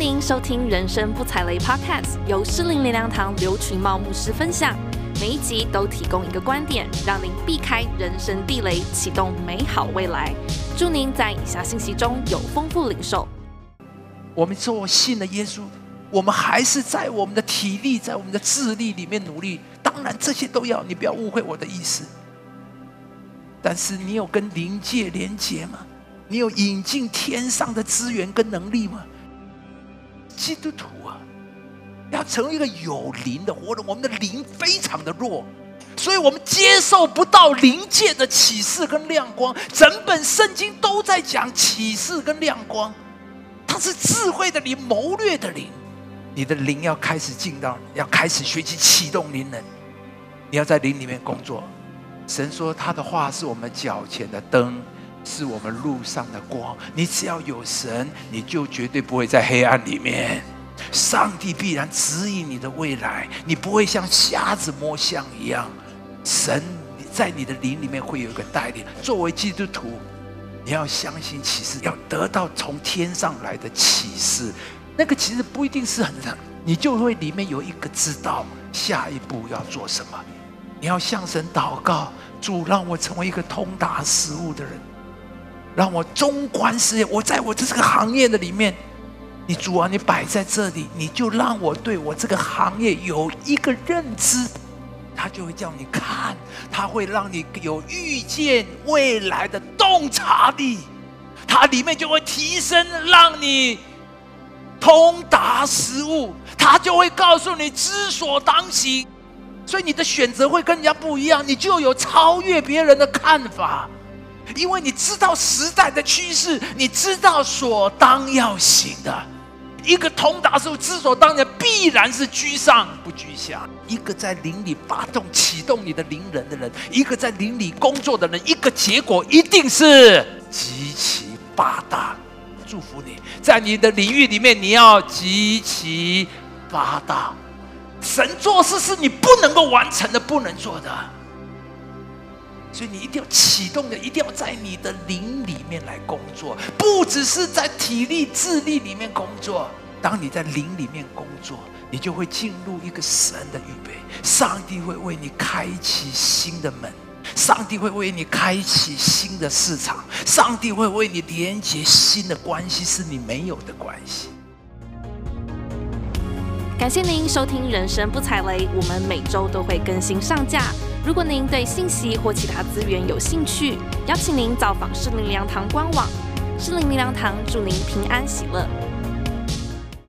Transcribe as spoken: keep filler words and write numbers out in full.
您收听人生不踩雷 Podcast， 由诗林灵粮堂刘群茂牧师分享。每一集都提供一个观点，让您避开人生地雷，启动美好未来。祝您在以下信息中有丰富领受。 我们说我信了耶稣，我们还是在我们的体力，在我们的智力里面努力。当然这些都要，你不要误会我的意思。但是你有跟灵界连结吗？你有引进天上的资源跟能力吗？基督徒啊，要成为一个有灵的活人，我们的灵非常的弱，所以我们接受不到灵界的启示跟亮光。整本圣经都在讲启示跟亮光，它是智慧的灵，谋略的灵。你的灵要开始进到，要开始学习启动灵能，你要在灵里面工作。神说他的话是我们脚前的灯，是我们路上的光。你只要有神，你就绝对不会在黑暗里面。上帝必然指引你的未来，你不会像瞎子摸象一样。神在你的灵里面会有一个带领。作为基督徒，你要相信启示，要得到从天上来的启示。那个其实不一定是很长，你就会里面有一个知道下一步要做什么。你要向神祷告，主让我成为一个通达事物的人，让我中观世界。我在我这个行业的里面，你主啊，你摆在这里，你就让我对我这个行业有一个认知，他就会叫你看，他会让你有预见未来的洞察力，它里面就会提升，让你通达事物，他就会告诉你知所当行。所以你的选择会跟人家不一样，你就有超越别人的看法，因为你知道时代的趋势，你知道所当要行的。一个通达事物知所当然，必然是居上不居下。一个在灵里发动启动你的灵人的人，一个在灵里工作的人，一个结果一定是极其发达。祝福你，在你的领域里面，你要极其发达。神做事是你不能够完成的，不能做的，所以你一定要启动的，一定要在你的灵里面来工作，不只是在体力智力里面工作。当你在灵里面工作，你就会进入一个神的预备，上帝会为你开启新的门，上帝会为你开启新的市场，上帝会为你连接新的关系，是你没有的关系。 感谢您收听人生不踩雷，我们每周都会更新上架。如果您对信息或其他资源有兴趣，邀请您造访诗林灵粮堂官网。诗林灵粮堂祝您平安喜乐。